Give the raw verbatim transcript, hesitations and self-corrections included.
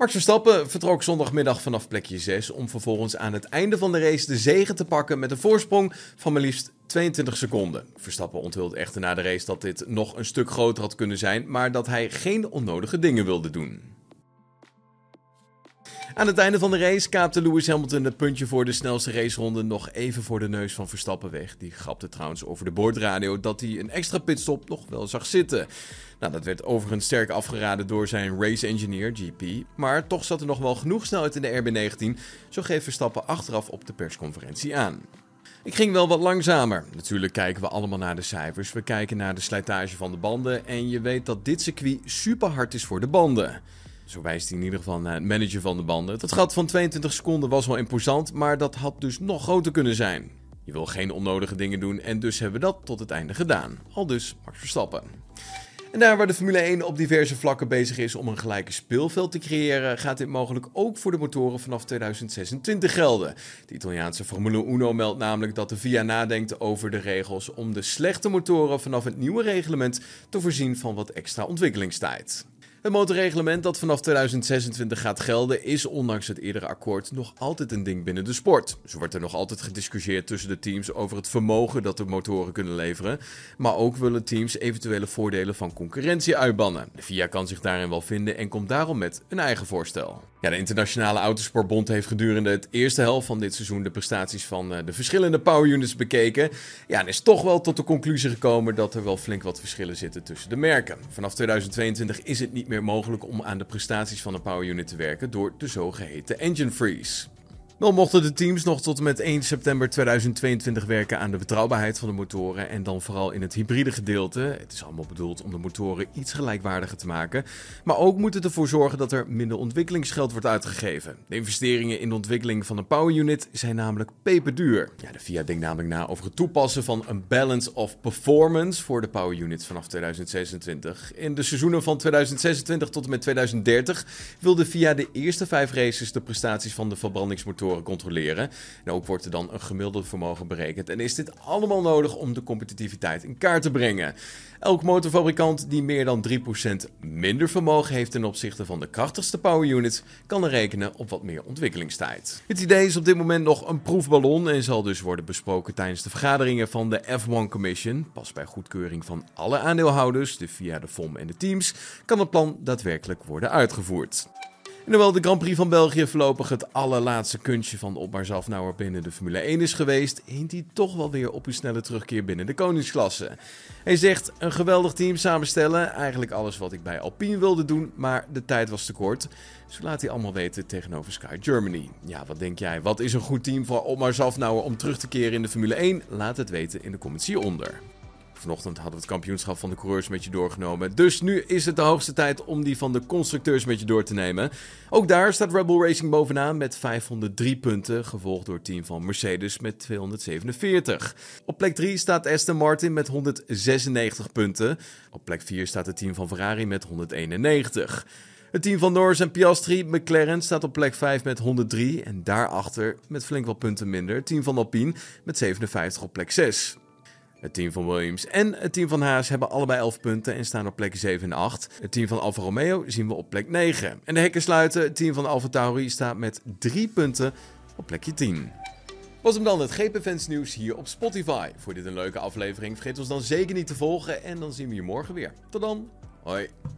Max Verstappen vertrok zondagmiddag vanaf plekje zes om vervolgens aan het einde van de race de zege te pakken met een voorsprong van maar liefst tweeëntwintig seconden. Verstappen onthulde echter na de race dat dit nog een stuk groter had kunnen zijn, maar dat hij geen onnodige dingen wilde doen. Aan het einde van de race kaapte Lewis Hamilton het puntje voor de snelste raceronde nog even voor de neus van Verstappen weg. Die grapte trouwens over de boordradio dat hij een extra pitstop nog wel zag zitten. Nou, dat werd overigens sterk afgeraden door zijn race engineer, G P. Maar toch zat er nog wel genoeg snelheid in de R B negentien, zo geeft Verstappen achteraf op de persconferentie aan. Ik ging wel wat langzamer. Natuurlijk kijken we allemaal naar de cijfers. We kijken naar de slijtage van de banden en je weet dat dit circuit super hard is voor de banden. Zo wijst hij in ieder geval naar het manager van de banden. Dat gat van tweeëntwintig seconden was wel imposant, maar dat had dus nog groter kunnen zijn. Je wil geen onnodige dingen doen en dus hebben we dat tot het einde gedaan. Aldus Max Verstappen. En daar waar de Formule één op diverse vlakken bezig is om een gelijke speelveld te creëren, gaat dit mogelijk ook voor de motoren vanaf tweeduizend zesentwintig gelden. De Italiaanse Formule Uno meldt namelijk dat de V I A nadenkt over de regels om de slechte motoren vanaf het nieuwe reglement te voorzien van wat extra ontwikkelingstijd. Het motorreglement dat vanaf tweeduizend zesentwintig gaat gelden is ondanks het eerdere akkoord nog altijd een ding binnen de sport. Zo wordt er nog altijd gediscussieerd tussen de teams over het vermogen dat de motoren kunnen leveren. Maar ook willen teams eventuele voordelen van concurrentie uitbannen. De V I A kan zich daarin wel vinden en komt daarom met een eigen voorstel. Ja, de Internationale Autosportbond heeft gedurende het eerste helft van dit seizoen de prestaties van de verschillende power units bekeken. Ja, en is toch wel tot de conclusie gekomen dat er wel flink wat verschillen zitten tussen de merken. Vanaf tweeduizend tweeëntwintig is het niet meer mogelijk om aan de prestaties van een power unit te werken door de zogeheten engine freeze. Wel mochten de teams nog tot en met één september tweeduizend tweeëntwintig werken aan de betrouwbaarheid van de motoren en dan vooral in het hybride gedeelte. Het is allemaal bedoeld om de motoren iets gelijkwaardiger te maken, maar ook moet het ervoor zorgen dat er minder ontwikkelingsgeld wordt uitgegeven. De investeringen in de ontwikkeling van een power unit zijn namelijk peperduur. Ja, de V I A denkt namelijk na over het toepassen van een balance of performance voor de power units vanaf tweeduizend zesentwintig. In de seizoenen van tweeduizend zesentwintig tot en met tweeduizend dertig wil de V I A de eerste vijf races de prestaties van de verbrandingsmotoren controleren. En ook wordt er dan een gemiddelde vermogen berekend. En is dit allemaal nodig om de competitiviteit in kaart te brengen. Elk motorfabrikant die meer dan drie procent minder vermogen heeft ten opzichte van de krachtigste power units, kan er rekenen op wat meer ontwikkelingstijd. Het idee is op dit moment nog een proefballon en zal dus worden besproken tijdens de vergaderingen van de F één Commission. Pas bij goedkeuring van alle aandeelhouders, de V I A, de F O M en de teams, kan het plan daadwerkelijk worden uitgevoerd. En hoewel de Grand Prix van België voorlopig het allerlaatste kunstje van Otmar Szafnauer binnen de Formule één is geweest, hint hij toch wel weer op een snelle terugkeer binnen de koningsklasse. Hij zegt, een geweldig team samenstellen, eigenlijk alles wat ik bij Alpine wilde doen, maar de tijd was te kort. Zo laat hij allemaal weten tegenover Sky Germany. Ja, wat denk jij? Wat is een goed team voor Otmar Szafnauer om terug te keren in de Formule één? Laat het weten in de comments hieronder. Vanochtend hadden we het kampioenschap van de coureurs met je doorgenomen. Dus nu is het de hoogste tijd om die van de constructeurs met je door te nemen. Ook daar staat Red Bull Racing bovenaan met vijfhonderddrie punten. Gevolgd door het team van Mercedes met tweehonderdzevenenveertig. Op plek drie staat Aston Martin met honderdzesennegentig punten. Op plek vier staat het team van Ferrari met honderdeenennegentig. Het team van Norris en Piastri, McLaren, staat op plek vijf met honderddrie. En daarachter, met flink wat punten minder, het team van Alpine met zevenenvijftig op plek zes. Het team van Williams en het team van Haas hebben allebei elf punten en staan op plek zeven en acht. Het team van Alfa Romeo zien we op plek negen. En de hekken sluiten, het team van AlphaTauri staat met drie punten op plekje tien. Was hem dan het G P Fans nieuws hier op Spotify. Voor dit een leuke aflevering, vergeet ons dan zeker niet te volgen en dan zien we je morgen weer. Tot dan, hoi!